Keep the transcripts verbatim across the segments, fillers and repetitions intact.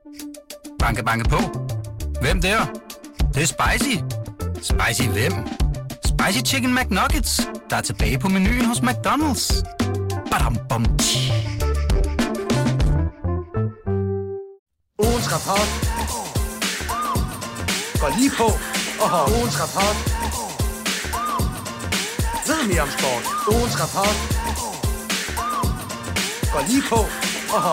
Banke, banke på. Hvem der? Det, det er spicy. Spicy hvem? Spicy Chicken McNuggets, der er tilbage på menuen hos McDonald's. Badum, bom, Ugens Rapport går lige på. Oho. Ugens Rapport. Ved mere om sport. Ugens Rapport går lige på. Oho.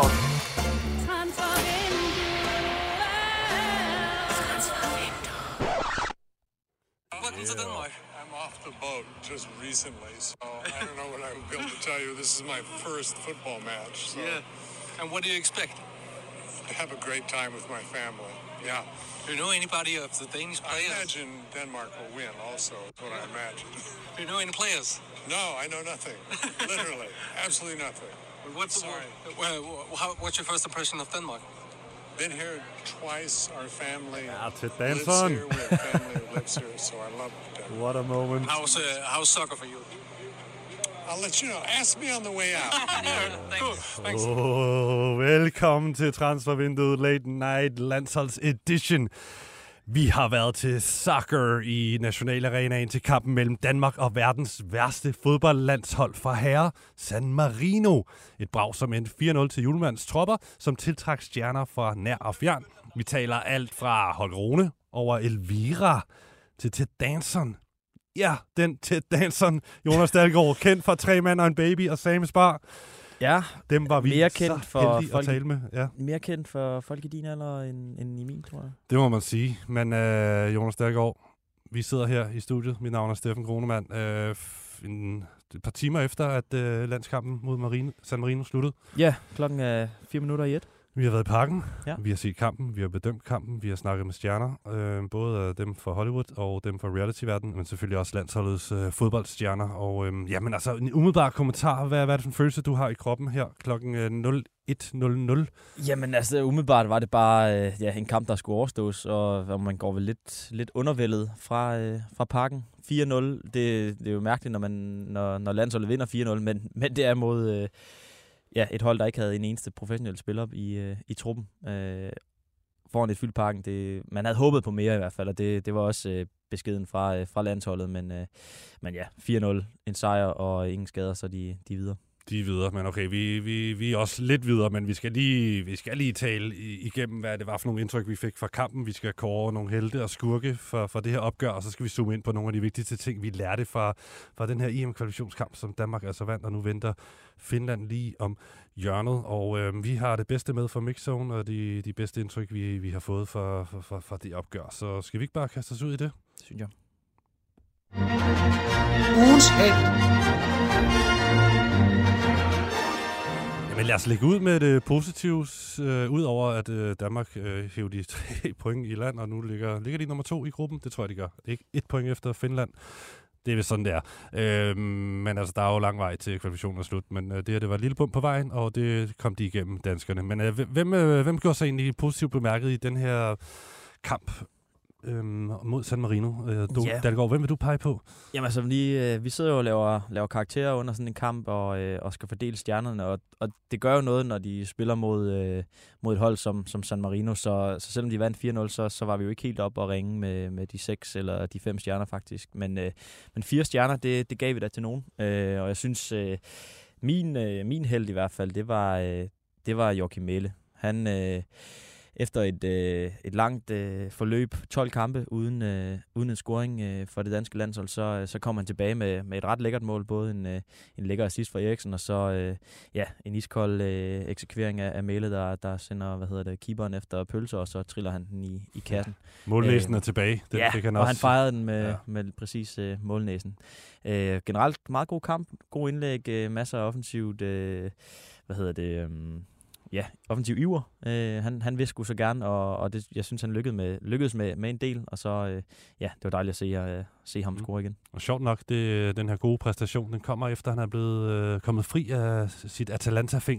Welcome to Denmark. I'm off the boat just recently, so I don't know what I would be able to tell you. This is my first football match. So Yeah. And what do you expect? I have a great time with my family. Yeah. Do you know anybody of the Danish I players? imagine Denmark will win also, is what I imagine. Do you know any players? No, I know nothing. Literally. Absolutely nothing. What's, Sorry. Well, how, what's your first impression of Denmark? Been here twice. Our family Ja, til lives danseren. here. We have family who lives here, so I love Denmark. What a moment. How's, uh, how's soccer for you? I'll let you know. Ask me on the way out. Cool. Thanks. Oh, velkommen til Transfervinduet Late Night Landsholds Edition. Vi har været til soccer i Nationalarenaen til kampen mellem Danmark og verdens værste fodboldlandshold fra herre, San Marino. Et brag, som endte fire nul til Julemands tropper, som tiltrak stjerner fra nær og fjern. Vi taler alt fra Holger Rune over Elvira til Ted Danson. Ja, den Ted Danson, Jonas Dahlgaard, kendt fra Tre Mand og en Baby og Sames Bar. Ja, Dem var vi mere så kendt for heldige folk, at tale med. Ja. mere kendt for folk i din alder end, end i min, tror jeg. Det må man sige. Men øh, Jonas Dahlgaard, vi sidder her i studiet. Mit navn er Steffen Gronemann. Øh, en, et par timer efter, at øh, landskampen mod Marino, San Marino sluttede. Ja, klokken er fire minutter i et. Vi har været i parken, Ja. vi har set kampen, vi har bedømt kampen, vi har snakket med stjerner. Øh, både dem fra Hollywood og dem fra reality-verdenen, men selvfølgelig også landsholdets øh, fodboldstjerner. Og øh, jamen altså, en umiddelbar kommentar. Hvad, hvad er det for en følelse, du har i kroppen her klokken øh, nul et nul nul? Jamen altså, umiddelbart var det bare øh, ja, en kamp, der skulle overstås, og, og man går vel lidt, lidt undervældet fra, øh, fra parken. fire nul, det, det er jo mærkeligt, når, man, når, når landsholdet vinder fire nul, men, men det er mod øh, ja, et hold, der ikke havde en eneste professionel spiller i, øh, i truppen. Øh, foran et fyldt parken, det, man havde håbet på mere i hvert fald, og det, det var også øh, beskeden fra, øh, fra landsholdet, men, øh, men ja, fire nul, en sejr og ingen skader, så de, de er videre. De er videre, men okay, vi, vi, vi er også lidt videre, men vi skal lige, vi skal lige tale igennem, hvad det var for nogle indtryk, vi fik fra kampen. Vi skal kåre nogle helte og skurke for, for det her opgør, og så skal vi zoome ind på nogle af de vigtigste ting, vi lærte fra, fra den her E M-kvalifikationskamp, som Danmark altså vandt, og nu venter Finland lige om hjørnet. Og øh, vi har det bedste med fra Mixzone, og de, de bedste indtryk, vi, vi har fået fra, fra, fra, fra det opgør. Så skal vi ikke bare kaste os ud i det? Det synes jeg. Ugens held. Men lad os lægge ud med det positive, øh, ud over at øh, Danmark øh, hæver de tre point i land, og nu ligger, ligger de nummer to i gruppen. Det tror jeg, de gør. Ikke et point efter Finland. Det er vist sådan, det er. Øh, men altså, der er jo lang vej til kvalifikationen er slut. Men øh, det her, det var et lille bump på vejen, og det kom de igennem, danskerne. Men øh, hvem, øh, hvem gjorde sig egentlig positivt bemærket i den her kamp øhm, mod San Marino? Øh, du, Ja. Dahlgaard, hvem vil du pege på? Jamen altså, vi, øh, vi sidder jo og laver, laver karakterer under sådan en kamp, og, øh, og skal fordele stjernerne, og, og det gør jo noget, når de spiller mod, øh, mod et hold som, som San Marino, så, så selvom de vandt fire nul, så, så var vi jo ikke helt op og ringe med, med de seks eller de fem stjerner faktisk, men, øh, men fire stjerner, det, det gav vi da til nogen, øh, og jeg synes, øh, min, øh, min held i hvert fald, det var, øh, det var Joachim Mæhle. Han... Øh, Efter et, øh, et langt øh, forløb, tolv kampe uden, øh, uden en scoring øh, for det danske landshold, så, så kom han tilbage med, med et ret lækkert mål, både en, øh, en lækker assist fra Eriksen, og så øh, ja, en iskold øh, eksekvering af, af Mæhle, der, der sender hvad hedder det, keeperen efter pølser, og så triller han den i, i kassen. Målnæsen Øh, er tilbage. Den ja, fik han og også. han fejrede den med, Ja. ja. med præcis øh, målnæsen. Øh, generelt meget god kamp, god indlæg, øh, masser af offensivt, øh, hvad hedder det... Øh, Ja, offensiv iver. Øh, han, han vil sgu så gerne, og, og det, jeg synes, han lykkedes med, lykkedes med, med en del. Og så, øh, ja, det var dejligt at se, uh, se ham mm. score igen. Og sjovt nok, det, den her gode præstation, den kommer efter, han er blevet øh, kommet fri af sit Atalanta-fængsel.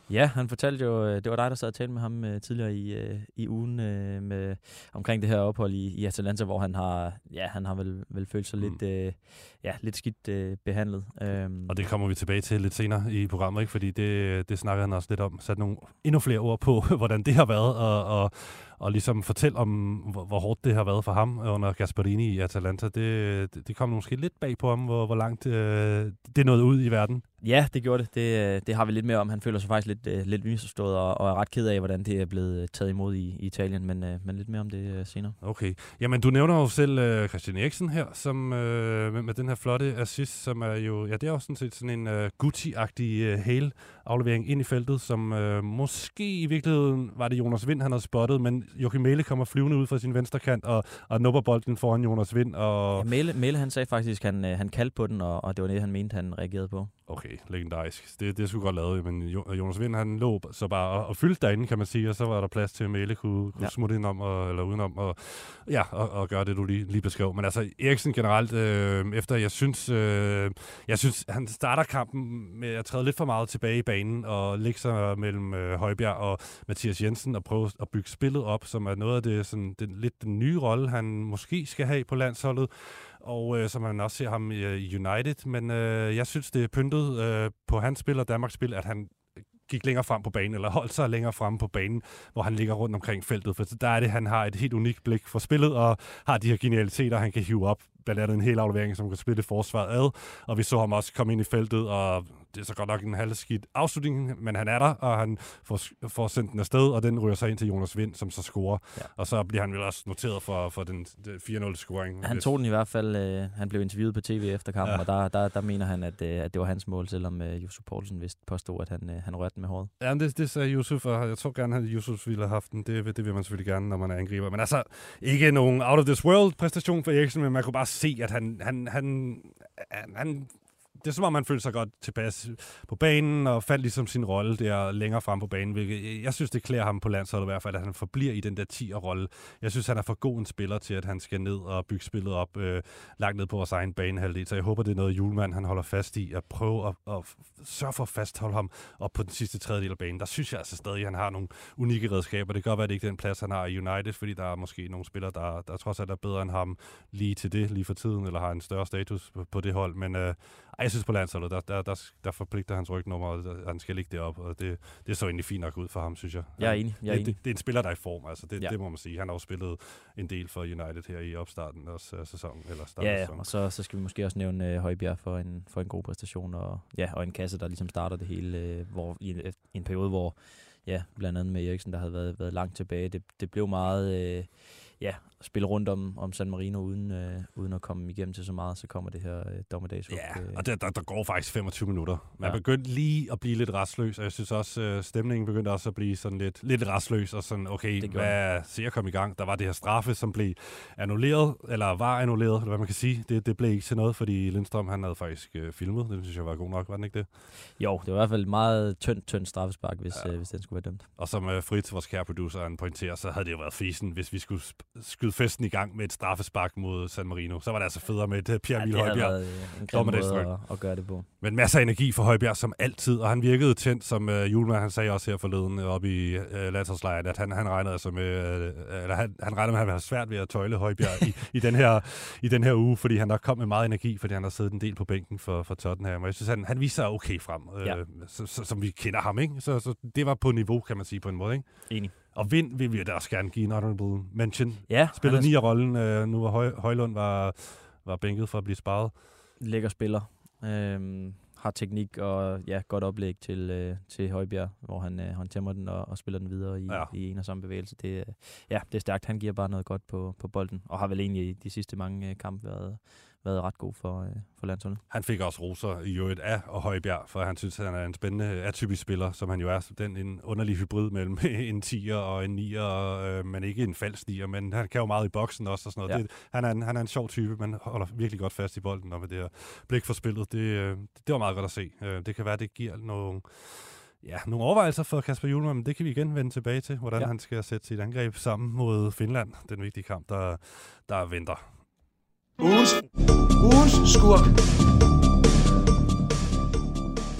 Ja, han fortalte jo, det var dig, der sad og talte med ham uh, tidligere i, uh, i ugen uh, med, omkring det her ophold i, i Atalanta, hvor han har, ja, han har vel, vel følt sig mm. lidt, uh, ja, lidt skidt uh, behandlet. Um, og det kommer vi tilbage til lidt senere i programmet, ikke? Fordi det, det snakker han også lidt om. Sat nogle endnu flere ord på, hvordan det har været, og, og, og ligesom fortælle om, hvor, hvor hårdt det har været for ham under Gasperini i Atalanta. Det, det, det kom måske lidt bag på ham, hvor, hvor langt uh, det nåede ud i verden. Ja, det gjorde det. det. Det har vi lidt mere om. Han føler sig faktisk lidt, uh, lidt misforstået og, og er ret ked af, hvordan det er blevet taget imod i, i Italien, men, uh, men lidt mere om det uh, senere. Okay. Jamen, du nævner jo selv uh, Christian Eriksen her, som uh, med, med den her flotte assist, som er jo, ja, det er jo sådan set sådan en uh, Gucci-agtig uh, hæl-aflevering ind i feltet, som uh, måske i virkeligheden var det Jonas Wind, han havde spottet, men Joachim Mähle kommer flyvende ud fra sin venstre kant og, og nupper bolden foran Jonas Wind. Og... Ja, Mähle, Mähle, han sagde faktisk, at han, han kaldte på den, og, og det var det, han mente, han reagerede på. Okay, legendarisk. Det, det skulle godt lavet, men Jonas Wind, han lå så bare og, og fyldte derinde, kan man sige, og så var der plads til, at Mähle kunne, kunne ja. smutte indenom og, eller udenom og, ja, og, og gøre det, du lige, lige beskrev. Men altså, Eriksen generelt, øh, efter jeg synes, øh, jeg synes, han starter kampen med at træde lidt for meget tilbage i banen og lægge sig mellem øh, Højbjerg og Mathias Jensen og prøve at bygge spillet op, som er noget af det, sådan, den, lidt den nye rolle, han måske skal have på landsholdet. Og øh, som man også ser ham i, i United, men øh, jeg synes, det er pyntet øh, på hans spil og Danmarks spil, at han gik længere frem på banen, eller holdt sig længere frem på banen, hvor han ligger rundt omkring feltet. For der er det, han har et helt unikt blik for spillet, og har de her genialiteter, han kan hive op. Blandt andet en hel aflevering, som kan spille forsvaret ad. Og vi så ham også komme ind i feltet, og det er så godt nok en halvskidt afslutning, men han er der, og han får, får sendt den afsted, og den ryger sig ind til Jonas Wind, som så scorer. Ja. Og så bliver han vel også noteret for, for den fire nul-scoring. Han tog den i hvert fald. Øh, han blev interviewet på tv efter kampen, ja. og der, der, der mener han, at, øh, at det var hans mål, selvom øh, Jusuf Poulsen vist påstod, at han, øh, han rørte den med håret. Ja, det, det sagde Jusuf, og jeg tror gerne, at Jusuf ville have haft den. Det, det vil man selvfølgelig gerne, når man er angriber. Men altså, ikke nogen out of this world præstation for Eriksen, men man kunne bare se, at han, han, han, han, han det er som om, man følte sig godt tilpas på banen og fandt ligesom sin rolle der længere frem på banen. Hvilket jeg synes, det klæder ham på landsholdet i hvert fald, at han forbliver i den der tier-rolle. Jeg synes, han er for god en spiller til, at han skal ned og bygge spillet op øh, langt ned på vores egen banehalvdel. Så jeg håber, det er noget, Hjulmand han holder fast i, at prøve at, at sørge for at fastholde ham op på den sidste tredjedel af banen. Der synes jeg altså stadig, at han har nogle unikke redskaber. Det kan godt være, at det ikke er den plads, han har i United, fordi der er måske nogle spillere, der, der trods alt er bedre end ham lige til det, lige for tiden, eller har en større status på, på det hold. Men øh, jeg synes på landsholdet, der, der, der, der forpligter hans rygnummer, og der, han skal ligge deroppe, og det, det så egentlig fint nok ud for ham, synes jeg. Jeg er enig. Jeg er det, enig. Det, det er en spiller, der er i form, altså det, ja. det må man sige. Han har også spillet en del for United her i opstarten af uh, sæsonen. Eller ja, ja, og så, så skal vi måske også nævne uh, Højbjerg for en, for en god præstation, og, ja, og en kasse, der ligesom starter det hele, uh, hvor, i, en, i en periode, hvor ja, blandt andet med Eriksen, der havde været, været langt tilbage. Det, det blev meget... Uh, ja, spille rundt om, om San Marino uden, øh, uden at komme igennem til så meget, så kommer det her øh, dommedagshook. Ja, øh. og der, der, der går faktisk femogtyve minutter. Man ja. begyndte lige at blive lidt restløs, og jeg synes også, øh, stemningen begyndte også at blive sådan lidt, lidt restløs, og sådan, okay, hvad ser kom i gang? Der var det her straffe, som blev annulleret, eller var annulleret, eller hvad man kan sige. Det, det blev ikke til noget, fordi Lindstrøm, han havde faktisk øh, filmet. Det synes jeg var god nok, var den ikke det? Jo, det var i hvert fald et meget tyndt, tyndt straffespark, hvis, ja. øh, hvis den skulle være dømt. Og som øh, Fritz, vores kære producer, han pointerer, så havde det jo været fisen, hvis vi skulle skyde festen i gang med et straffespark mod San Marino. Så var det altså federe med et Pierre Emil ja, Højbjerg. Det havde været en grim måde at, at gøre det på. Men masser af energi for Højbjerg som altid, og han virkede tændt, som uh, Hjulmand, han sagde også her forleden oppe i uh, landsholdslejren, at han, han regnede altså med, uh, eller han, han regnede med, at han havde svært ved at tøjle Højbjerg i, i, den her, i den her uge, fordi han der kom med meget energi, fordi han har siddet en del på bænken for, for Tottenham. Og jeg synes, han, han viser sig okay frem, uh, ja. så, så, som vi kender ham, ikke? Så, så det var på niveau, kan man sige på en måde, ikke? Enig. Og Vind vil vi da også gerne give en honorable mention. Ja, spillede ni af rollen, øh, nu var Høj, Højlund var, var bænket for at blive sparet. Lækker spiller. Øhm, har teknik og ja, godt oplæg til, øh, til Højbjerg, hvor han, øh, han tæmmer den og, og spiller den videre i, ja. i en og samme bevægelse. Det, øh, ja, det er stærkt. Han giver bare noget godt på, på bolden, og har vel egentlig i de sidste mange øh, kampe været, været ret god for, øh, for landsholdet. Han fik også roser i øvrigt af og Højbjerg, for han synes, han er en spændende atypisk spiller, som han jo er. Den en underlig hybrid mellem en tier og en nier, øh, men ikke en falsk nier, men han kan jo meget i boksen også og sådan noget. Ja. Det, han, er en, han er en sjov type, men holder virkelig godt fast i bolden, og med det her blik for spillet, det, øh, det var meget godt at se. Øh, det kan være, det giver nogle... Ja, nogle overvejelser for Kasper Hjulmand, men det kan vi igen vende tilbage til, hvordan ja. han skal sætte sit angreb sammen mod Finland. Den vigtige kamp, der, der venter. Ugens, ugens skurk.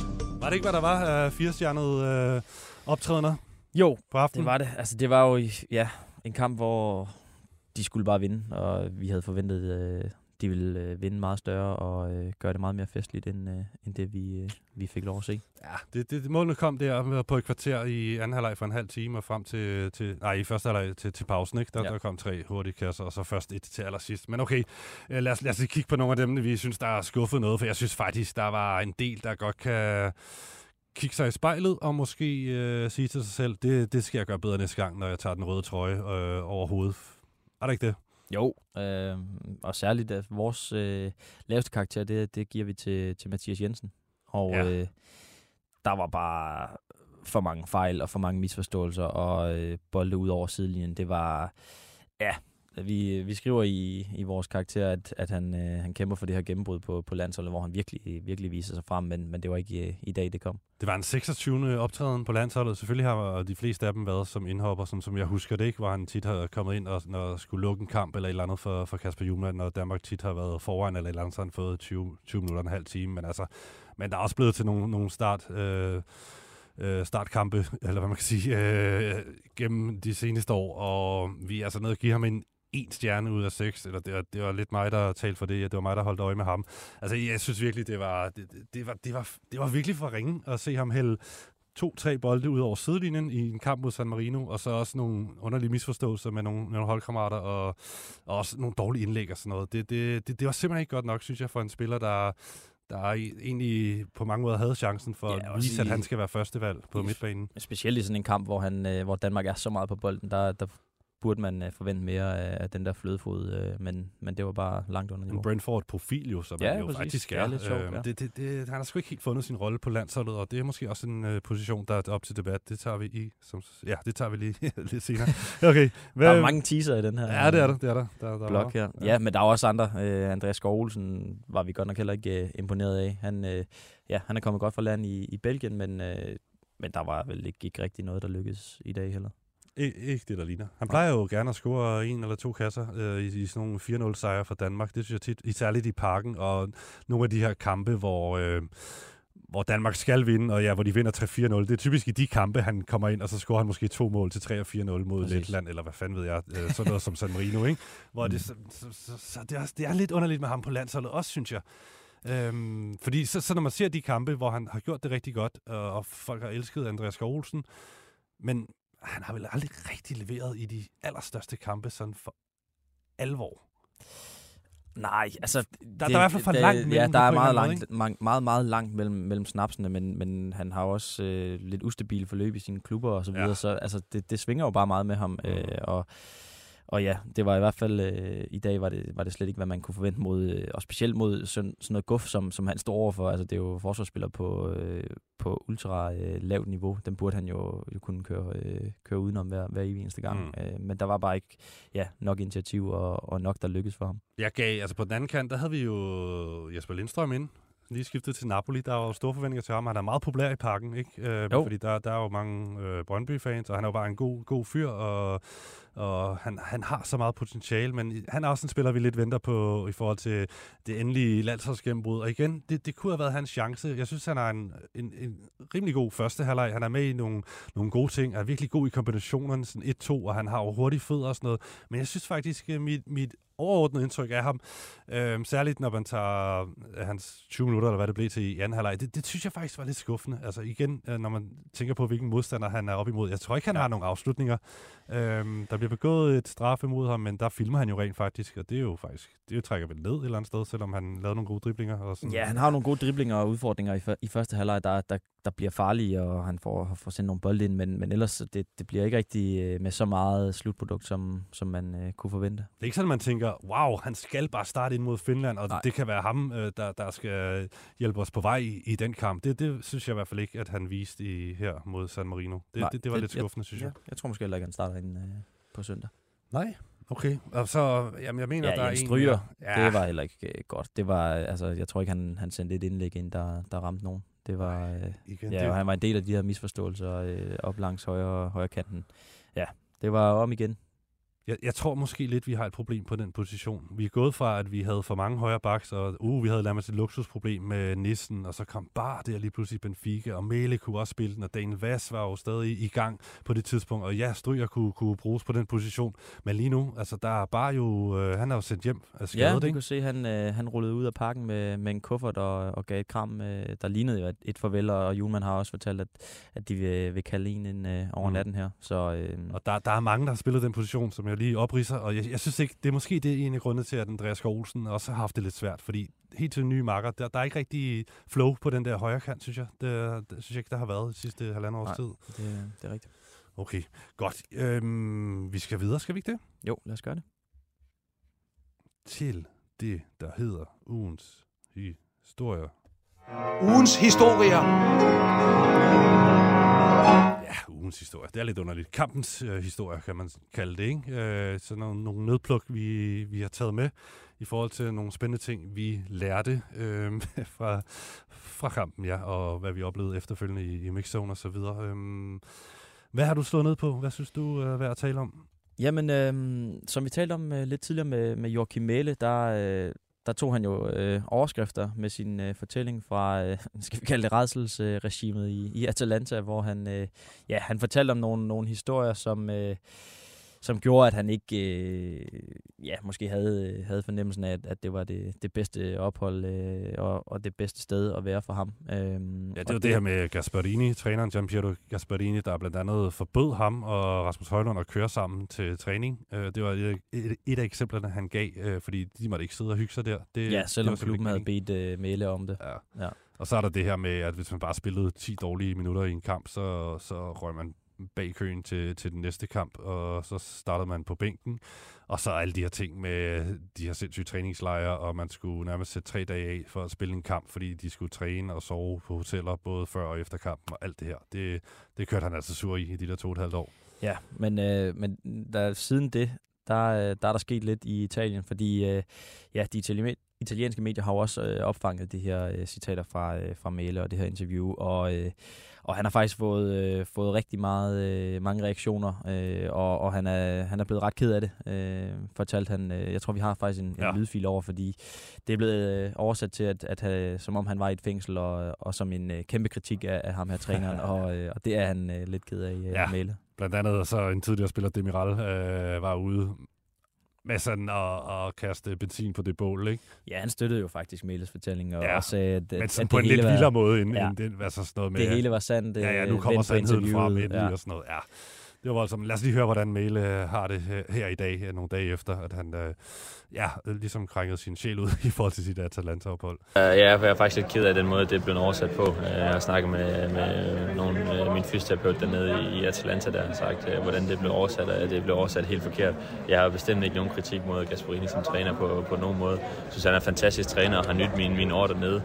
Var det ikke, hvad der var af firestjernede øh, optrædener Jo, på aftenen? det var det. Altså, det var jo ja, en kamp, hvor de skulle bare vinde, og vi havde forventet, øh, de ville øh, vinde meget større og øh, gøre det meget mere festligt, end, øh, end det, vi, øh, vi fik lov at se. Ja, det, det, målene kom der på et kvarter i anden halvleg for en halv time, og frem til, til nej, i første halvleg til, til pausen, ikke? Der, ja. der kom tre hurtige kasser, og så først et til allersidst. Men okay, lad os, lad os lige kigge på nogle af dem, vi synes, der er skuffet noget, for jeg synes faktisk, der var en del, der godt kan kigge sig i spejlet og måske øh, sige til sig selv, det, det skal jeg gøre bedre næste gang, når jeg tager den røde trøje øh, over hovedet. Er det ikke det? Jo, øh, og særligt at vores øh, laveste karakter, det, det giver vi til, til Mathias Jensen. Og ja. øh, der var bare for mange fejl og for mange misforståelser, og øh, bolde ud over sidelinjen. Det var, ja, vi, vi skriver i, i vores karakter, at, at han, øh, han kæmper for det her gennembrud på, på landsholdet, hvor han virkelig, virkelig viser sig frem, men, men det var ikke øh, i dag, det kom. Det var en seksogtyvende optræden på landsholdet. Selvfølgelig har de fleste af dem været som indhopper, som, som jeg husker det ikke, hvor han tit har kommet ind og når skulle lukke en kamp eller et eller andet for, for Kasper Hjulmand, og Danmark tit har været foran eller et eller andet, så han fået tyve, tyve minutter og en halv time. Men, altså, men der er også blevet til nogle, nogle start... Øh, Øh, startkampe, eller hvad man kan sige, øh, gennem de seneste år, og vi er altså nødt at give ham en en stjerne ud af seks, eller det var, det var lidt mig, der talte for det, det var mig, der holdt øje med ham. Altså, jeg synes virkelig, det var, det, det var, det var, det var virkelig for ringe at se ham hælde to-tre bolde ud over sidelinjen i en kamp mod San Marino, og så også nogle underlige misforståelser med nogle, nogle holdkammerater, og, og også nogle dårlige indlæg og sådan noget. Det, det, det, det var simpelthen ikke godt nok, synes jeg, for en spiller, der der er egentlig på mange måder havde chancen for ja, at vise, at han skal være førstevalg på midtbanen. Specielt i sådan en kamp, hvor, han, øh, hvor Danmark er så meget på bolden, der, der burde man øh, forvente mere af, af den der flødefod, øh, men, men det var bare langt under niveau. En Brentford-profil jo, som ja, han jo præcis. faktisk er. Ja, lidt sjovt, ja. det, det, det, han har sgu ikke helt fundet sin rolle på landsholdet, og det er måske også en uh, position, der er op til debat. Det tager vi i, som, ja, det tager vi lige lidt senere. Okay. Hvad? Der er mange teaser i den her. Ja, det er der. Det er der. der, der blok her. Ja. ja, men der er også andre. Uh, Andreas Skov Olsen var vi godt nok heller ikke uh, imponeret af. Han, uh, ja, han er kommet godt fra land i, i Belgien, men, uh, men der var vel ikke, ikke rigtig noget, der lykkedes i dag heller. Ik- ikke det, der ligner. Han plejer jo gerne at score en eller to kasser øh, i, i sådan nogle fire nul sejre for Danmark. Det synes jeg tit, i særligt i Parken, og nogle af de her kampe, hvor, øh, hvor Danmark skal vinde, og ja, hvor de vinder tre fire nul. Det er typisk i de kampe, han kommer ind, og så scorer han måske to mål til tre og fire nul mod Letland, eller hvad fanden ved jeg, øh, sådan noget som San Marino, ikke? Hvor det, så, så, så, så det, er, det er lidt underligt med ham på landsholdet også, synes jeg. Øhm, fordi så, så når man ser de kampe, hvor han har gjort det rigtig godt, og, og folk har elsket Andreas Skov Olsen, men han har vel aldrig rigtig leveret i de allerstørste kampe sådan for alvor. Nej, altså... Der, det, der er i hvert fald for langt mellem. Ja, der er meget, langt, meget, meget, meget langt mellem, mellem snapsene, men, men han har også øh, lidt ustabil forløb i sine klubber og så videre, ja. Så altså, det, det svinger jo bare meget med ham, mm. øh, og... Og ja, det var i hvert fald, øh, i dag var det, var det slet ikke, hvad man kunne forvente mod, øh, og specielt mod sådan, sådan noget guf, som, som han står overfor. Altså det er jo forsvarsspiller på, øh, på ultra øh, lavt niveau. Den burde han jo, jo kunne køre, øh, køre udenom hver, hver evig eneste gang. Mm. Øh, men der var bare ikke ja, nok initiativ og, og nok, der lykkedes for ham. Jeg gav, altså på den anden kant, der havde vi jo Jesper Lindstrøm ind. Lige skiftet til Napoli. Der var jo store forventninger til ham. Han er meget populær i Parken, ikke? Øh, fordi der, der er jo mange øh, Brøndby-fans, og han er jo bare en god, god fyr, og, og han, han har så meget potentiale, men han er også en spiller, vi lidt venter på i forhold til det endelige landsholdsgennembrud. Og igen, det, det kunne have været hans chance. Jeg synes, han er en, en, en rimelig god første halvleg. Han er med i nogle, nogle gode ting, er virkelig god i kombinationerne, sådan et to, og han har jo hurtige fødder og sådan noget. Men jeg synes faktisk, at mit, mit overordnet indtryk af ham, øh, særligt når man tager øh, hans tyve minutter, eller hvad det blev til i anden halvleg, det, det synes jeg faktisk var lidt skuffende. Altså igen, øh, når man tænker på, hvilken modstander han er op imod. Jeg tror ikke, han ja. har nogle afslutninger. Øh, der bliver begået et straf imod ham, men der filmer han jo rent faktisk, og det er jo faktisk, det jo trækker vel ned et eller andet sted, selvom han lavede nogle gode driblinger. Og sådan. Ja, han har nogle gode driblinger og udfordringer i, for, i første halvleg, der, der, der bliver farlige, og han får, får sendt nogle bolde ind, men, men ellers, det, det bliver ikke rigtig øh, med så meget slutprodukt, som, som man øh, kunne forvente. Det er ikke sådan, man tænker, wow, han skal bare starte ind mod Finland, og Nej. det kan være ham, øh, der, der skal hjælpe os på vej i, i den kamp. Det, det synes jeg i hvert fald ikke, at han viste i, her mod San Marino. Det, Nej, det, det var det, lidt skuffende, jeg, synes jeg. Ja, jeg tror måske heller ikke, han starter ind øh, på søndag. Nej, okay. Og så, jamen, jeg mener, ja, der er en... Stryger, ja. Det var heller ikke øh, godt. Det var, altså, jeg tror ikke, han, han sendte et indlæg ind, der, der ramte nogen. Det var, øh, Igen, ja, det... han var en del af de her misforståelser øh, op langs højre, højre kanten. Ja, det var om igen. Jeg, jeg tror måske lidt, vi har et problem på den position. Vi er gået fra, at vi havde for mange højre backs, og uh, vi havde nærmest et luksusproblem med Nissen, og så kom bare der lige pludselig Benfica, og Mæle kunne også spille den, og Daniel Vass var jo stadig i gang på det tidspunkt, og ja, Stryger kunne, kunne bruges på den position, men lige nu, altså der er bare jo, øh, han er jo sendt hjem af skadet, ja, du ikke? kan se, han, øh, han rullede ud af parken med, med en kuffert og, og gav et kram, øh, der lignede jo et, et farvel, og Hjulmand har også fortalt, at, at de vil, vil kalde en ind øh, over natten mm. her. Så, øh, og der, der er mange, der har spillet den position, som jeg lige opridser, og jeg, jeg synes ikke, det er måske det ene grunde til, at Andreas Skov Olsen også har haft det lidt svært, fordi helt til nye marker, der, der er ikke rigtig flow på den der højre kant, synes jeg. Det, det synes jeg ikke, der har været de sidste halvandet års Nej, tid. Det, det er rigtigt. Okay, godt. Øhm, vi skal videre, skal vi ikke det? Jo, lad os gøre det. Til det, der hedder ugens historier. Ugens historier. Ja, ugens historie. Det er lidt underligt. Kampens øh, historie, kan man kalde det, ikke? Øh, så nogle, nogle nødpluk, vi, vi har taget med i forhold til nogle spændende ting, vi lærte øh, fra, fra kampen, ja, og hvad vi oplevede efterfølgende i, i mixzone og så videre. Øh, hvad har du slået ned på? Hvad synes du er værd at tale om? Jamen, øh, som vi talte om øh, lidt tidligere med, med Joachim Mæle, der... Øh, Der tog han jo øh, overskrifter med sin øh, fortælling fra, øh, skal vi kalde det, rædselsregimet i, i Atalanta, hvor han, øh, ja, han fortalte om nogle, nogle historier, som, øh, som gjorde, at han ikke øh, ja, måske havde, havde fornemmelsen af, at, at det var det, det bedste ophold øh, og, og det bedste sted at være for ham. Øhm, ja, det er jo det her med Gasparini, træneren Gianpiero Gasparini, der blandt andet forbød ham og Rasmus Højlund at køre sammen til træning. Øh, det var et, et, et af eksemplerne, han gav, øh, fordi de måtte ikke sidde og hygge sig der. Det, ja, selvom det klubben havde bedt øh, Mæle om det. Ja. Ja. Og så er der det her med, at hvis man bare spillede ti dårlige minutter i en kamp, så, så røg man bag køen til, til den næste kamp, og så startede man på bænken. Og så alle de her ting med de her sindssyge træningslejre, og man skulle nærmest sætte tre dage af for at spille en kamp, fordi de skulle træne og sove på hoteller, både før og efter kampen, og alt det her. Det, det kørte han altså sur i, i de der to og et halvt år. Ja, men, øh, men der, siden det, der, der er der sket lidt i Italien, fordi øh, ja, de itali- italienske medier har jo også øh, opfanget de her øh, citater fra, øh, fra Mæle og det her interview, og, øh, og han har faktisk fået, øh, fået rigtig meget, øh, mange reaktioner, øh, og, og han, er, han er blevet ret ked af det, øh, fortalte han. Øh, jeg tror, vi har faktisk en, ja. en lydfil over, fordi det er blevet øh, oversat til, at, at have, som om han var i et fængsel, og, og som en øh, kæmpe kritik af, af ham her træneren, og, øh, og det er han øh, lidt ked af, øh, ja. Mæle. Blandt andet så en tidligere spiller, Demiral, øh, var ude med sådan at, at kaste benzin på det bål, ikke? Ja, han støttede jo faktisk Mæles fortælling, og, ja. og sagde, at, men sådan at på det en lidt var, vildere måde, end, ja. end det, altså sådan noget med... Det hele var sandt. Ja, ja, nu kommer sandheden frem endelig ja. og sådan noget, ja. Det var altså, lad os lige høre, hvordan Mæle har det her i dag, nogle dage efter, at han øh, ja, ligesom krængede sin sjæl ud i forhold til sit Atalanta-ophold. Uh, ja, jeg er faktisk lidt ked af den måde, det blev oversat på. Uh, jeg har snakket med, med nogle, uh, min fysioterapeut dernede i, i Atalanta, der har sagt, uh, hvordan det blev oversat, og det blev oversat helt forkert. Jeg har bestemt ikke nogen kritik mod Gasparini som træner på, på nogen måde. Jeg synes, han er en fantastisk træner og har nydt mine, mine ord dernede.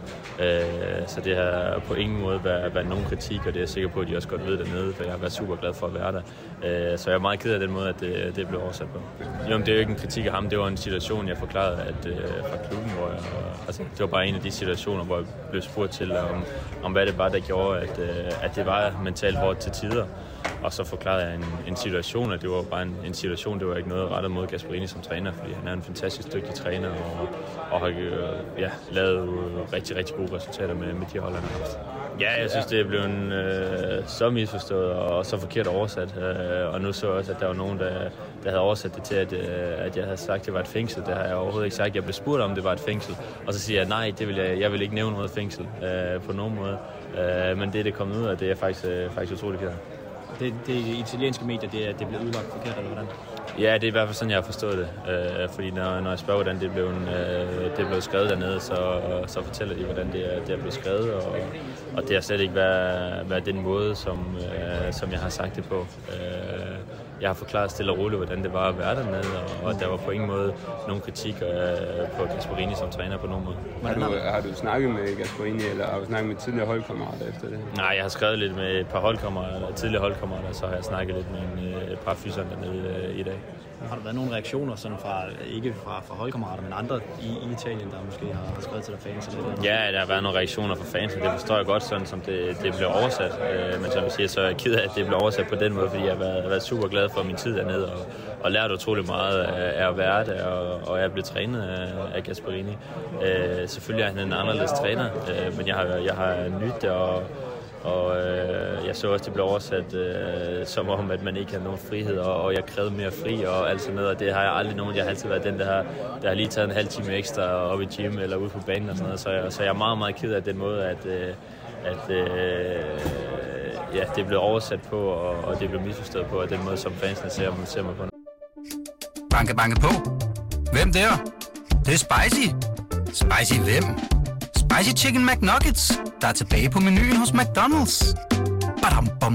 Uh, så det har på ingen måde været, været nogen kritik, og det er jeg sikker på, at de også godt ved dernede, for jeg har været super glad for at være der. Så jeg er meget ked af den måde, at det, det blev oversat på. Jo, det er jo ikke en kritik af ham. Det var en situation, jeg forklarede at, uh, fra klubben, hvor jeg, altså, det var bare en af de situationer, hvor jeg blev spurgt til, om, om hvad det var, der gjorde, at, uh, at det var mentalt hårdt til tider. Og så forklarede jeg en, en situation, og det var bare en, en situation, det var ikke noget rettet mod Gasparini som træner, fordi han er en fantastisk dygtig træner, og, og har øh, ja, lavet rigtig, rigtig gode resultater med, med de hold, han har haft. Ja, jeg synes, det er blevet øh, så misforstået og så forkert oversat. Øh, og nu så også, at der var nogen, der, der havde oversat det til, at, øh, at jeg havde sagt, at det var et fængsel. Det har jeg overhovedet ikke sagt. Jeg blev spurgt, om det var et fængsel. Og så siger jeg, nej, det vil jeg, jeg vil ikke nævne noget fængsel øh, på nogen måde. Øh, men det er det kommet ud af, det er jeg faktisk, øh, faktisk utrolig ked af. Det, det italienske medier, det er, det bliver udlagt forkert, eller hvordan? Ja, det er i hvert fald sådan, jeg har forstået det. Øh, fordi når, når jeg spørger, hvordan det blev, øh, det blev skrevet dernede, så, så fortæller de, hvordan det er, det er blevet skrevet. Og, og det har slet ikke været, været den måde, som, øh, som jeg har sagt det på. Øh, jeg har forklaret stille og roligt, hvordan det var at være dernede, og, og der var på ingen måde nogen kritik øh, på Gasparini som træner på nogen måde. Har du, har du snakket med Gasparini, eller har du snakket med tidligere holdkammerater efter det? Nej, jeg har skrevet lidt med et par holdkammerater, tidligere holdkammerater, så har jeg snakket lidt med en, et par fyser dernede øh, i dag. Har der været nogle reaktioner, sådan fra, ikke fra, fra holdkammerater, men andre i, i Italien, der måske har, har skrevet til dig fans? Eller noget? Ja, der har været nogle reaktioner fra fans, og det forstår jeg godt, sådan som det, det blev oversat. Øh, men som jeg siger, så er jeg ked af, at det blev oversat på den måde, fordi jeg har været, været super glad for min tid dernede, og, og lært utrolig meget af, af at være det, og, og jeg er blevet trænet af, af Gasperini. Øh, selvfølgelig er han en anderledes træner, øh, men jeg har, jeg har nydt det, og Og øh, jeg så også, det blev oversat øh, som om, at man ikke har nogen frihed, og, og jeg krævede mere fri og alt sådan noget, og det har jeg aldrig nogen. Jeg har altid været den, der har, der har lige taget en halv time ekstra op i gym eller ude på banen og sådan noget, så jeg, så jeg er meget, meget ked af den måde, at, øh, at øh, ja, det blev oversat på, og, og det blev misforstået på, og den måde, som fansene ser, ser mig på. Banke, banke på. Hvem der? Det, det er spicy. Spicy hvem? Spicy Chicken McNuggets, der er tilbage på menuen hos McDonald's. Badum, bom,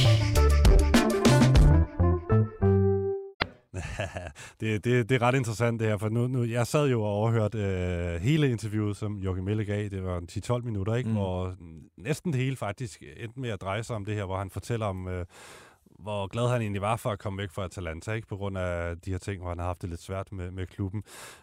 det, det, det er ret interessant det her, for nu, nu jeg sad jo og overhørte øh, hele interviewet, som Joachim Mæhle gav. Det var ti til tolv minutter, ikke? Mm. Hvor næsten det hele faktisk endte med at dreje sig om det her, hvor han fortæller om, øh, hvor glad han egentlig var for at komme væk fra Atalanta, ikke? På grund af de her ting, hvor han har haft det lidt svært med, med klubben.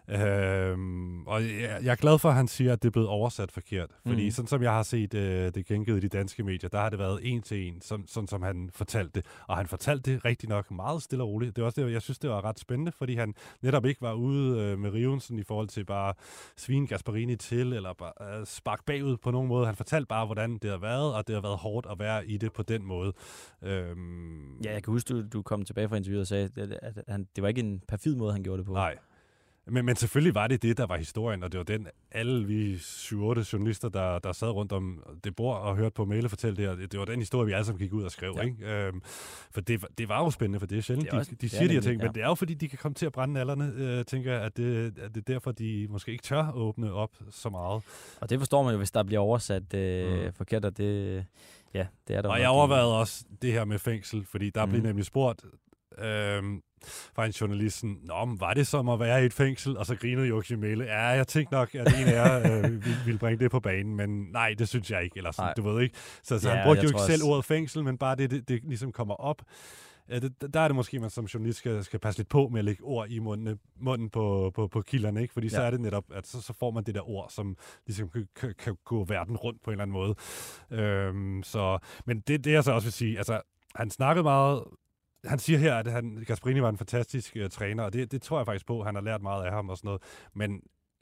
Øhm, og jeg, jeg er glad for, at han siger, at det er blevet oversat forkert. Fordi mm. sådan som jeg har set øh, det gengivet i de danske medier, der har det været en til en, som, sådan som han fortalte det. Og han fortalte det rigtig nok meget stille og roligt. Det var også det, jeg synes, det var ret spændende, fordi han netop ikke var ude øh, med rivelsen i forhold til bare svine Gasperini til, eller bare øh, spark bagud på nogen måde. Han fortalte bare, hvordan det har været, og det har været hårdt at være i det på den måde. Øhm, Ja, jeg kan huske, du, du kom tilbage fra interviewet og sagde, at, at han, det var ikke en perfid måde, han gjorde det på. Nej. Men, men selvfølgelig var det det, der var historien, og det var den, alle vi syv otte journalister, der, der sad rundt om det bord og hørte på Mæhle fortælle det her, det var den historie, vi alle sammen gik ud og skrev. Ja. Ikke? Øhm, for det, det var jo spændende, for det er sjældent, det er også, de, de siger de her ting, ja. Men det er jo fordi, de kan komme til at brænde nallerne, øh, tænker jeg, at det, at det er derfor, de måske ikke tør åbne op så meget. Og det forstår man jo, hvis der bliver oversat øh, mm. forkert, og det... Ja, det er der. Og jeg overvejede også det her med fængsel, fordi der mm. blev nemlig spurgt øhm, fra en journalisten, nå, var det som at være i et fængsel? Og så grinede Joachim Mæhle. Ja, jeg tænkte nok, at en af jer øh, ville, ville bringe det på banen, men nej, det synes jeg ikke. Eller sådan, du ved ikke. Så, så ja, han brugte jo ikke selv ordet fængsel, men bare det, det, det ligesom kommer op. Det, der er det måske, man som journalist skal, skal passe lidt på med at lægge ord i munden, munden på, på, på kilderne, ikke? Fordi ja. Så er det netop, at så, så får man det der ord, som ligesom kan, kan, kan gå verden rundt på en eller anden måde. Øhm, så, men det, det jeg så også vil sige, altså, han snakkede meget, han siger her, at han, Gasperini var en fantastisk uh, træner, og det, det tror jeg faktisk på, han har lært meget af ham og sådan noget, men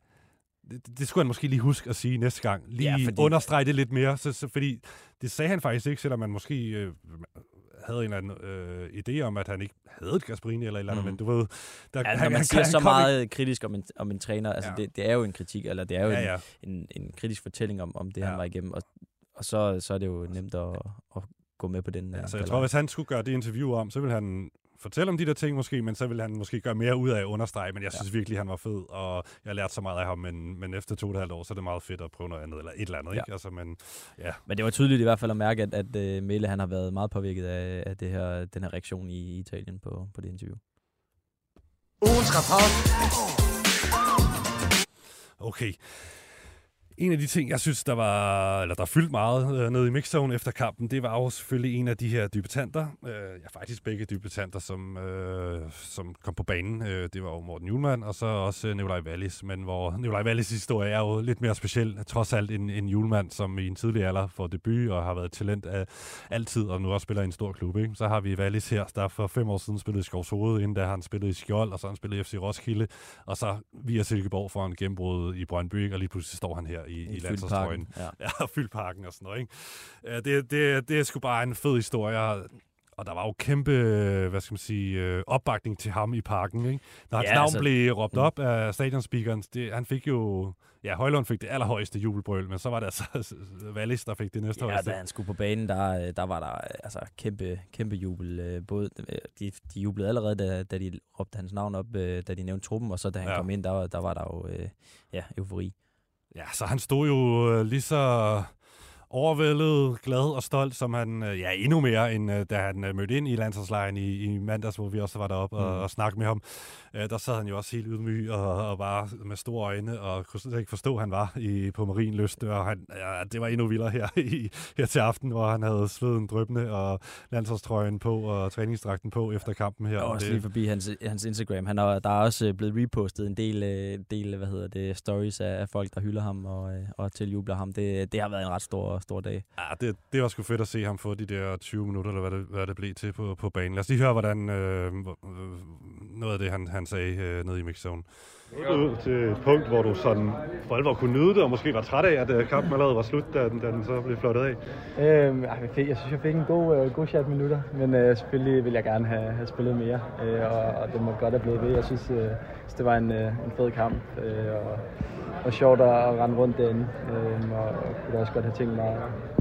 det, det skulle han måske lige huske at sige næste gang. Lige ja, fordi... understrege det lidt mere, så, så, fordi det sagde han faktisk ikke, selvom man måske... Øh, havde en eller anden øh, idé om, at han ikke havde et Gasperini eller et eller andet, mm. men du ved... Der, ja, han, når man han, siger han så meget ikke... kritisk om en, om en træner, altså ja. det, det er jo en kritik, eller det er jo ja, ja. En, en, en kritisk fortælling om, om det, ja. Han var igennem, og, og så, så er det jo nemt at, at gå med på den. Ja, så jeg tror, hvis han skulle gøre det interview om, så ville han fortælle om de der ting måske, men så ville han måske gøre mere ud af at understrege, men jeg synes ja. virkelig, han var fed, og jeg har lært så meget af ham, men, men efter to og et halvt år, så er det meget fedt at prøve noget andet, eller et eller andet, ja. Ikke? Altså, men, ja. men det var tydeligt i hvert fald at mærke, at, at, at Mæhle, han har været meget påvirket af, af det her, den her reaktion i Italien på, på det interview. Ugens rapport. Okay. En af de ting, jeg synes, der var, eller der fyldte meget øh, nede i mixzone efter kampen, det var jo selvfølgelig en af de her debutanter. Øh, ja, faktisk begge debutanter, som, øh, som kom på banen. Øh, det var jo Morten Hjulmand, og så også øh, Nicolai Wallis. Men hvor Nicolai Wallis' historie er jo lidt mere speciel, trods alt en, en Hjulmand, som i en tidlig alder får debut og har været talent af altid, og nu også spiller i en stor klub. Ikke? Så har vi Wallis her, der for fem år siden spillede i Skovshoved, inden da han spillede i Skjold, og så har han spillet i F C Roskilde, og så via Silkeborg får han gennembrud i Brøndby, og lige pludselig står han her i, i, i landsholdstrøjen. Ja, ja fyldparken og sådan noget. Ikke? Det, det, det er sgu bare en fed historie, og der var jo kæmpe, hvad skal man sige, opbakning til ham i parken. Ikke? Når hans ja, navn altså, blev råbt op mm. af stadionspeakeren, det, han fik jo, ja, Højlund fik det allerhøjeste jubelbrøl, men så var det altså Wallis, der fik det næste ja, højeste. Ja, da han skulle på banen, der, der var der altså kæmpe, kæmpe jubel. Både, de, de jublede allerede, da, da de råbte hans navn op, da de nævnte truppen, og så da han ja. kom ind, der, der var der jo ja, eufori. Ja, så han stod jo lige så overvældet, glad og stolt, som han, ja, endnu mere, end da han mødte ind i landsholdslejren i, i mandags, hvor vi også var deroppe mm. og, og snakkede med ham. Der sad han jo også helt ydmyg og, og bare med store øjne, og kunne slet ikke forstå, at han var i, på Marienlyst. Og han, ja, det var endnu vildere her, i, her til aften, hvor han havde sveden dryppende og landsholdstrøjen på og træningsdragten på efter kampen her. Og også det, lige forbi hans, hans Instagram. Han er, der er også blevet repostet en del, del hvad hedder det, stories af, af folk, der hylder ham og, og tiljubler ham. Det, det har været en ret stor, stor dag. Ja, det, det var sgu fedt at se ham få de der tyve minutter, eller hvad det, hvad det blev til på, på banen. Lad os lige høre, hvordan øh, noget af det, han, han sagde øh, nede i mixzone. Ud til et punkt, hvor du sådan for alvor kunne nyde det, og måske var træt af, at kampen allerede var slut, da den, da den så blev flottet af? Øhm, jeg, fik, jeg synes, jeg fik en god, øh, god chat minutter, men øh, selvfølgelig vil jeg gerne have, have spillet mere, øh, og, og det må godt have blevet ved. Jeg synes, øh, det var en, øh, en fed kamp, øh, og, og sjovt at, at rende rundt derinde, øh, og, og kunne også godt have tænkt mig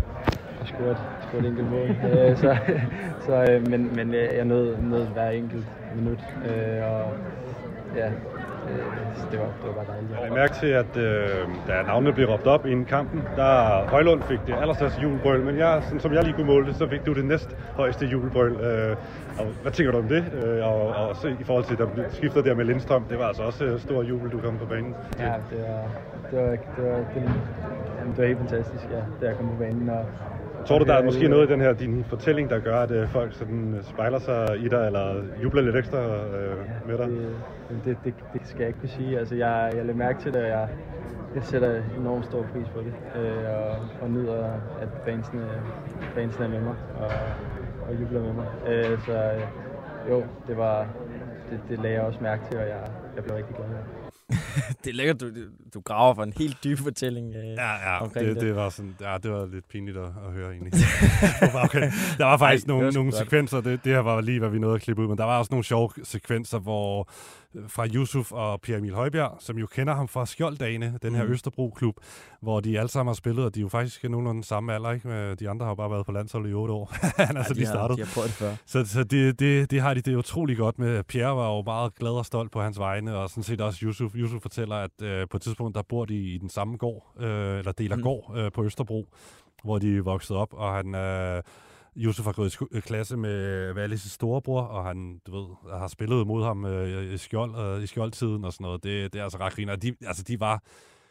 at score et, score et enkelt mål. øh, så, så, øh, men, men jeg nød, nød hver enkelt minut, øh, og ja, det var, det var bare dejligt. Jeg mærke til, at øh, da navnene blev råbt op inden kampen, der Højlund fik det allerstørste jubelbrøl, men jeg, sådan, som jeg lige kunne måle det, så fik du det næst højeste jubelbrøl. Øh, og hvad tænker du om det? Øh, og, og så i forhold til, at der skifter der med Lindstrøm, det var altså også stor jubel, du kom på banen. Ja, det var, det var, det var, det, det, det var helt fantastisk, ja, da jeg kom på banen. Og tror du, der er måske noget i den her din fortælling, der gør, at folk sådan spejler sig i dig, eller jubler lidt ekstra øh, med dig? Det, det, det, det skal jeg ikke kunne sige. Altså, jeg, jeg lader mærke til det, og jeg, jeg sætter enormt stor pris på det. Øh, og, og nyder, at fansene, fansene er med mig og, og jubler med mig. Øh, så øh, jo, det, var, det, det lagde jeg også mærke til, og jeg, jeg blev rigtig glad af. Det er lækkert, du, du graver for en helt dyb fortælling øh, ja, ja, omkring det, det. det. Var sådan, ja, det var lidt pinligt at, at høre egentlig. Okay. Der var faktisk Ej, nogle, nogle sekvenser, det, det her var lige, hvad vi nåede at klippe ud, men der var også nogle sjove sekvenser, hvor fra Yusuf og Pierre Emil Højbjerg, som jo kender ham fra Skjolddagene, den her mm. Østerbro-klub, hvor de alle sammen har spillet, og de er jo faktisk nogenlunde den samme alder, ikke? De andre har bare været på landsholdet i otte år. Han er ja, så lige startet. De har prøvet det før. Så, så det, det, det har de det utrolig godt med. Pierre var jo meget glad og stolt på hans vegne, og sådan set også Yusuf. Yusuf fortæller, at øh, på et tidspunkt, der bor de i den samme gård, øh, eller deler mm. gård øh, på Østerbro, hvor de voksede op, og han... Øh, Yusuf har gået i sk- klasse med Wallis' storebror, og han, du ved, har spillet mod ham øh, i, skjold, øh, i skjoldtiden og sådan noget. Det, det er altså ret griner. De, altså, de var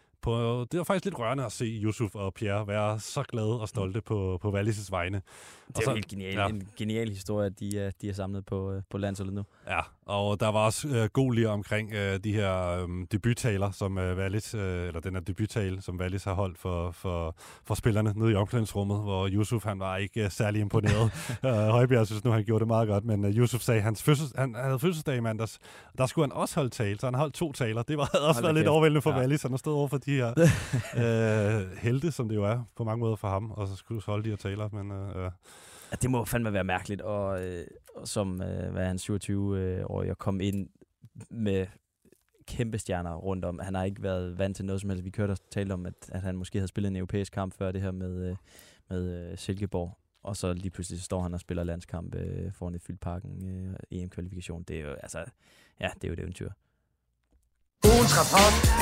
på, det var faktisk lidt rørende at se Yusuf og Pierre være så glade og stolte på, på Wallis' vegne. Det er jo helt genial, ja. En genial historie, at de er, de er samlet på, på landsholdet nu. Ja, og der var også øh, god lige omkring øh, de her øh, debuttaler, som øh, Wallis, øh, eller den her debuttale, som Wallis har holdt for, for, for spillerne nede i omklædningsrummet, hvor Yusuf, han var ikke øh, særlig imponeret. øh, Højbjerg synes nu, han gjorde det meget godt, men øh, Yusuf sagde, at hans fødsels, han havde fødselsdag i mandags. Der skulle han også holde tale, så han holdt to taler. Det var, havde også været lidt overvældende for ja. Wallis. Han har stået over for de her øh, helte, som det jo er på mange måder for ham, og så skulle holde de her taler, men... Øh, Ja, det må fandme være mærkeligt, og, øh, og som øh, hvad er han, syvogtyve-årig, at komme ind med kæmpe stjerner rundt om. Han har ikke været vant til noget som helst. Vi kørte og talte om, at, at han måske havde spillet en europæisk kamp før det her med, øh, med øh, Silkeborg, og så lige pludselig står han og spiller landskamp øh, foran et fyldt parken øh, E M-kvalifikation. Det er jo, altså, ja, det er jo et eventyr. Ugens rapport.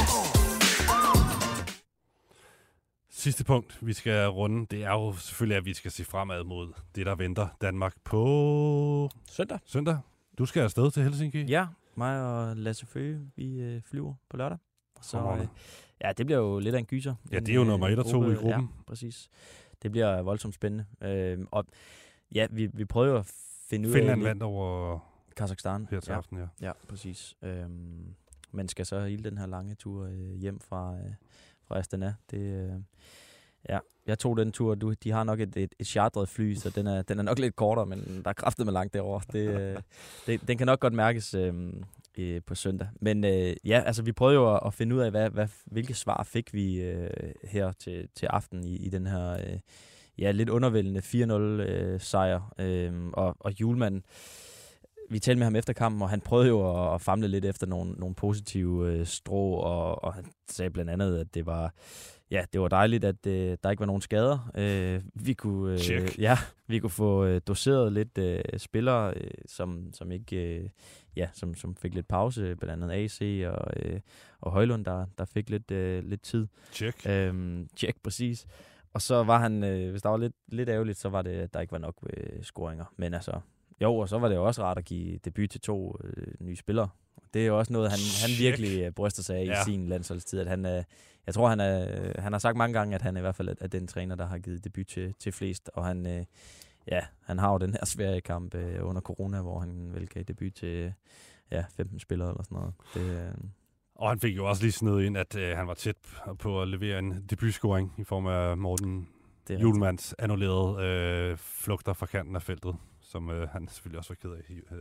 Sidste punkt, vi skal runde, det er jo selvfølgelig, at vi skal se fremad mod det, der venter Danmark på... Søndag. Søndag. Du skal afsted til Helsinki. Ja, mig og Lasse Føge, vi øh, flyver på lørdag. Så øh, ja, det bliver jo lidt af en gyser. Ja, det er jo øh, nummer et og to gruppe, i gruppen. Ja, præcis. Det bliver voldsomt spændende. Øh, og ja, vi, vi prøver jo at finde ud af... Finland vandt over... Kazakhstan. Her til ja. aften, ja. Ja, præcis. Øhm, man skal så hele den her lange tur øh, hjem fra... Øh, fra Astana. Det, øh, ja, jeg tog den tur. Du, de har nok et, et, et chartret fly, så den er, den er nok lidt kortere, men der er kraftet med langt derovre. Det, øh, det, den kan nok godt mærkes øh, øh, på søndag. Men øh, ja, altså vi prøvede jo at, at finde ud af, hvad, hvad, hvilke svar fik vi øh, her til, til aften i, i den her øh, ja, lidt undervældende fire nul øh, sejr. Øh, og, og Hjulmand, vi talte med ham efter kampen, og han prøvede jo at, at famle lidt efter nogle, nogle positive øh, strå, og, og han sagde blandt andet, at det var, ja, det var dejligt, at øh, der ikke var nogen skader. Øh, vi kunne, øh, ja, vi kunne få øh, doseret lidt øh, spillere, øh, som, som ikke, øh, ja, som, som fik lidt pause, blandt andet A C og, øh, og Højlund, der, der fik lidt, øh, lidt tid. Check. Øhm, check, præcis. Og så var han, øh, hvis der var lidt, lidt ærgerligt, så var det, at der ikke var nok øh, scoringer. Men altså, jo, og så var det jo også rart at give debut til to øh, nye spillere. Det er jo også noget, han, han virkelig øh, bryster sig af ja. i sin landsholdstid. At han, øh, jeg tror, han, er, han har sagt mange gange, at han i hvert fald er, er den træner, der har givet debut til, til flest. Og han, øh, ja, han har jo den her svære kamp øh, under corona, hvor han vel gav debut til ja, femten spillere eller sådan noget. Det, øh, og han fik jo også lige snedet ind, at øh, han var tæt på at levere en debutscoring i form af Morten Hjulmands annullerede øh, flugter fra kanten af feltet, som øh, han selvfølgelig også var ked af, øh,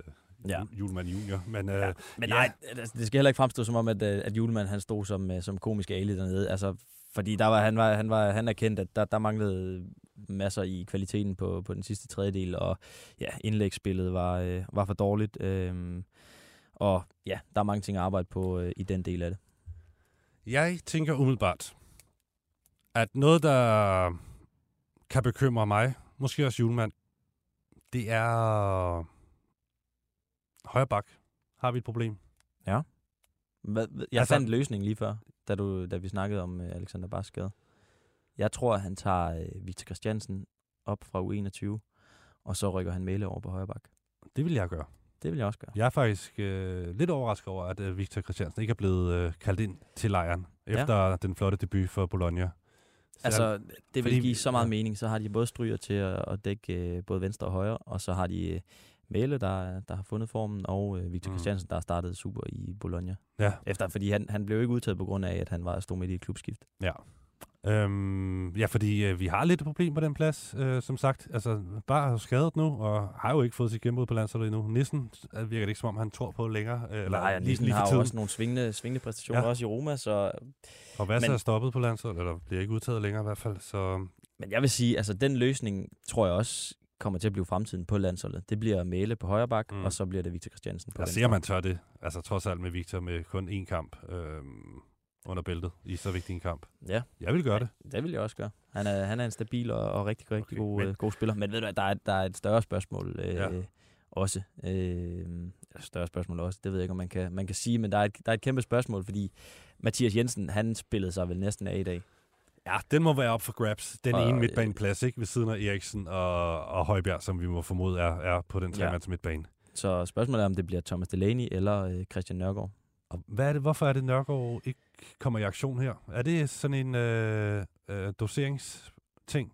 Ja. Julemand junior. Men, øh, ja. men ja. nej, det skal heller ikke fremstå som om, at, at Julemand han stod som, som komisk ali dernede. Altså, fordi der var, han, var, han, var, han erkendt, at der, der manglede masser i kvaliteten på, på den sidste tredjedel, og ja, indlægsspillet var, øh, var for dårligt. Øh, og ja, der er mange ting at arbejde på øh, i den del af det. Jeg tænker umiddelbart, at noget, der kan bekymre mig, måske også Julemand, det er højre bak. Har vi et problem? Ja. Hvad, jeg altså, fandt løsning lige før, da, du, da vi snakkede om uh, Alexander Bars skade. Jeg tror, at han tager uh, Victor Christiansen op fra U enogtyve, og så rykker han Mæle over på højre bak. Det vil jeg gøre. Det vil jeg også gøre. Jeg er faktisk øh, lidt overrasket over, at øh, Victor Christiansen ikke er blevet øh, kaldt ind til lejren, efter ja. den flotte debut for Bologna. Så altså, det vil fordi, give så meget ja. mening. Så har de både stryger til at, at dække øh, både venstre og højre, og så har de øh, Mæle, der, der har fundet formen, og øh, Victor mm. Christiansen, der har startet super i Bologna. Ja. Efter, fordi han, han blev ikke udtaget på grund af, at han var stod midt i et klubskift. Ja. Øhm, ja, fordi øh, vi har lidt et problem på den plads, øh, som sagt. Altså, bare er skadet nu, og har jo ikke fået sit gennembrud på landsholdet endnu. Nissen øh, virker det ikke, som om han tror på længere. Øh, eller Nej, lige, Nissen lige har tiden. jo også nogle svingende, svingende præstationer, ja. også i Roma. Så, og hvad så er stoppet på landsholdet, eller bliver ikke udtaget længere i hvert fald. Så. Men jeg vil sige, altså den løsning, tror jeg også, kommer til at blive fremtiden på landsholdet. Det bliver Mæle på højre bak, mm. og så bliver det Victor Christiansen på jeg venstre. ser, man tør det. Altså trods alt med Victor med kun én kamp. Øh, under bæltet i så vigtig en kamp. Ja. Jeg vil gøre det. Det vil jeg også gøre. Han er, han er en stabil og, og rigtig, rigtig okay, god, men, god spiller. Men ved du, der er, der er et større spørgsmål øh, ja. også. Øh, større spørgsmål også, det ved jeg ikke, om man kan, man kan sige, men der er, et, der er et kæmpe spørgsmål, fordi Mathias Jensen, han spillede sig vel næsten af i dag. Ja, den må være op for grabs. Den og, ene midtbaneplads, ikke? Ved siden af Eriksen og, og Højbjerg, som vi må formode er, er på den tremands ja. midtbane. Så spørgsmålet er, om det bliver Thomas Delaney eller øh, Christian Nørgaard. Og hvad er det, hvorfor er det, Nørgaard ikke kommer i aktion her? Er det sådan en øh, øh, doseringsting?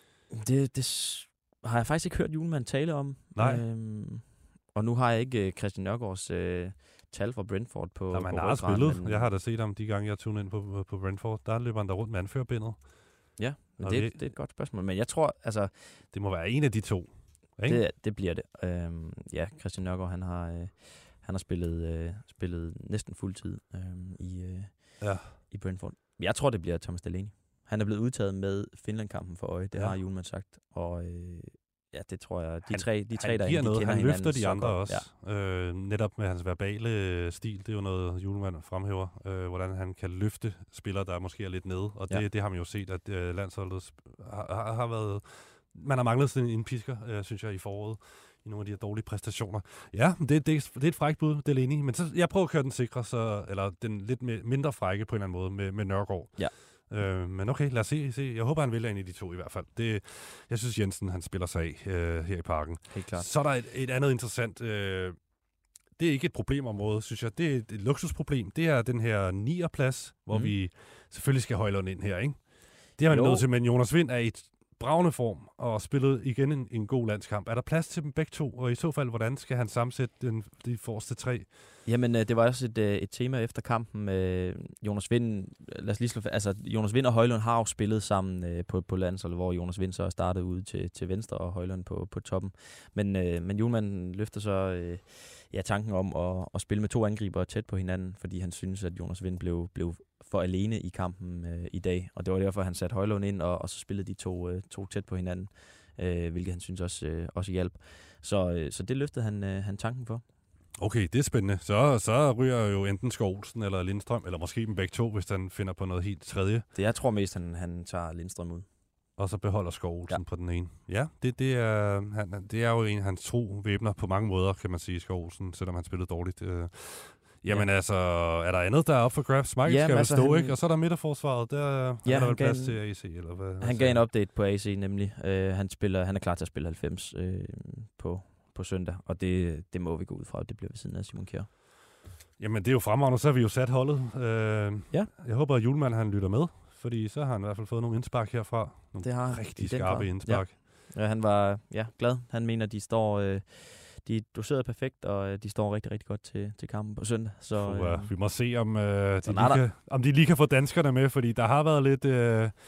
Det, det har jeg faktisk ikke hørt Julemand tale om. Nej. Øhm, og nu har jeg ikke øh, Christian Nørgaards øh, tal fra Brentford på Jamen, han har spillet. Men, jeg har da set ham de gange, jeg tog ind på, på Brentford. Der løber han der rundt med anførbindet. Ja, men det, det, det er et godt spørgsmål. Men jeg tror, altså... Det må være en af de to. Ikke? Det, det bliver det. Øhm, ja, Christian Nørgaard, han har... Øh, Han har spillet, øh, spillet næsten fuldtid øh, i, øh, ja. i Brentford. Jeg tror, det bliver Thomas Delaney. Han er blevet udtaget med Finland-kampen for øje, det ja. har Julemand sagt. Og øh, ja, det tror jeg, de han, tre, de tre der de noget. kender han hinanden. Han løfter de andre godt. også. Ja. Øh, netop med hans verbale stil, det er jo noget, Julemand fremhæver. Øh, hvordan han kan løfte spillere, der måske er lidt nede. Og det, ja. det har man jo set, at øh, landsholdet har, har været... Man har manglet sådan en pisker, øh, synes jeg, i foråret. I nogle af de her dårlige præstationer. Ja, det, det, det er et frækt bud, det er enig. Men så, jeg prøver at køre den sikre, så, eller den lidt mindre frække på en eller anden måde med, med Nørgaard. Ja. Øh, men okay, lad os se, se. Jeg håber, han vælger en af de to i hvert fald. Det, jeg synes, Jensen han spiller sig af øh, her i parken. Helt klart. Så er der et, et andet interessant... Øh, det er ikke et problemområde, synes jeg. Det er et, et luksusproblem. Det er den her nier-plads, hvor mm. vi selvfølgelig skal Højlund ind her, ikke? Det har man nødt til, men Jonas Vind er i et bravende form og spillet igen en, en god landskamp. Er der plads til dem begge to? Og i så fald, hvordan skal han sammensætte den, de forreste tre? Jamen, det var også et, et tema efter kampen. Jonas Vind, lad os lige slå fast, altså Jonas Vind og Højlund har jo spillet sammen på, på landsholdet, hvor Jonas Vind så startede ude til, til venstre og Højlund på, på toppen. Men, men Julemand løfter så ja, tanken om at, at spille med to angribere tæt på hinanden, fordi han synes, at Jonas Vind blev, blev for alene i kampen øh, i dag, og det var derfor, han satte Højlund ind, og, og så spillede de to, øh, to tæt på hinanden, øh, hvilket han synes også, øh, også hjalp. Så, øh, så det løftede han, øh, han tanken for. Okay, det er spændende. Så, så ryger jo enten Skov Olsen eller Lindstrøm, eller måske dem begge to, hvis han finder på noget helt tredje. Det jeg tror mest, han, han tager Lindstrøm ud. Og så beholder Skov Olsen ja. på den ene. Ja, det, det, er, han, det er jo en af hans tro væbner på mange måder, kan man sige, Skov Olsen, selvom han spillede dårligt. Øh. Jamen ja. altså, er der andet, der er op for grabs? Michael ja, skal altså, vel stå, han... ikke? Og så er der midterforsvaret, der ja, er der vel plads en... til A C, eller hvad? Han gav en update på A C, nemlig. Uh, han, spiller, han er klar til at spille halvfems uh, på, på søndag, og det, det må vi gå ud fra, at det bliver ved siden af Simon Kjær. Jamen, det er jo fremragende, så har vi jo sat holdet. Uh, ja. Jeg håber, at Julemand han lytter med, fordi så har han i hvert fald fået nogle indspark herfra. Nogle det har rigtig skarpe indspark. Ja. ja, han var ja, glad. Han mener, de står... Uh, De er doseret perfekt, og de står rigtig, rigtig godt til, til kampen på søndag. Så, Fuh, øh, vi må se, om, øh, de de lige kan, om de lige kan få danskerne med, fordi der har været lidt, øh,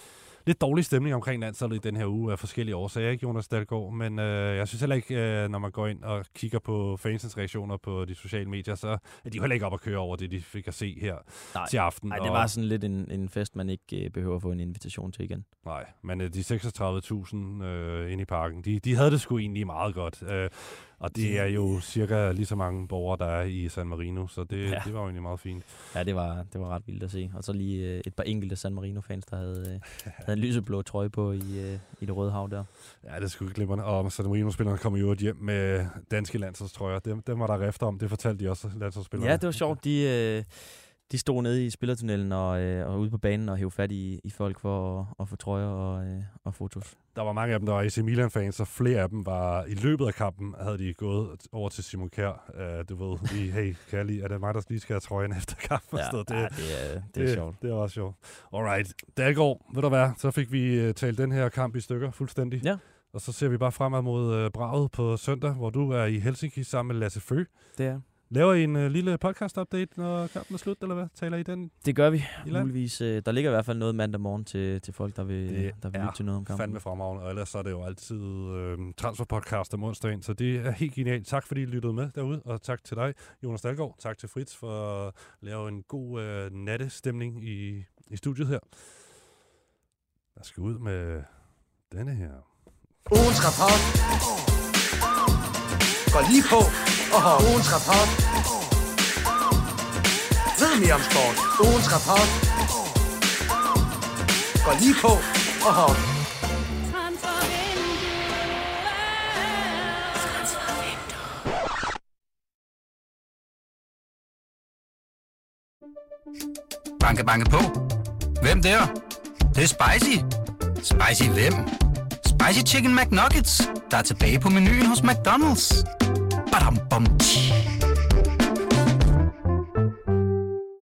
lidt dårlig stemning omkring landsholdet i den her uge af forskellige årsager, ikke, Jonas Dahlgaard? Men øh, jeg synes heller ikke, øh, når man går ind og kigger på fansens reaktioner på de sociale medier, så er de heller ikke op at køre over det, de fik at se her nej, til aften. Nej, det var sådan lidt en, en fest, man ikke øh, behøver at få en invitation til igen. Nej, men øh, de seksogtredive tusind øh, inde i parken, de, de havde det sgu egentlig meget godt. Øh, og det er jo cirka lige så mange borgere, der er i San Marino, så det, ja. det var jo egentlig meget fint. Ja, det var, det var ret vildt at se. Og så lige øh, et par enkelte San Marino-fans, der havde, øh, havde en lyseblå trøje på i, øh, i det røde hav der. Ja, det er sgu glimrende. Og San Marino-spillerne kommer jo hjem med danske landsholdstrøjer. Dem, dem var der rifter om, det fortalte de også, landsholdsspillerne. Ja, det var sjovt. De, øh, de stod nede i spillertunnelen og, øh, og ude på banen og hævde fat i, i folk for at, at få trøjer og, øh, og fotos. Der var mange af dem, der var A C Milan-fans, og flere af dem var i løbet af kampen, havde de gået over til Simon Kjær. Uh, du ved, lige, hey, kan jeg lige, er det mig, der lige skal have trøjen efter kampen? Ja, det, ja, det, er, det, det er sjovt. Det er også sjovt. Alright, Dahlgaard, ved du hvad, så fik vi uh, talt den her kamp i stykker fuldstændig. Ja. Og så ser vi bare fremad mod uh, Braget på søndag, hvor du er i Helsinki sammen med Lasse Fø. Det er. Laver I en uh, lille podcast-update, når kampen er slut, eller hvad? Taler I den? Det gør vi. Muligvis. Øh, der ligger i hvert fald noget mandag morgen til, til folk, der vil, det der vil lytte til noget om kampen. Det er fandme fremragende, og ellers så er det jo altid øh, transferpodcast om onsdagen, så det er helt genialt. Tak fordi I lyttede med derude, og tak til dig, Jonas Dahlgaard. Tak til Fritz for at lave en god øh, nattestemning i, i studiet her. Jeg skal ud med denne her. Ugens rapport går lige på, og har ugens rapport. Ved mere om sport. Ugens rapport går lige på, og har Banke, banke på. Hvem der? Det, det er spicy. Spicy hvem? Spicy Chicken McNuggets, der er tilbage på menuen hos McDonald's. Badum, bom, tji.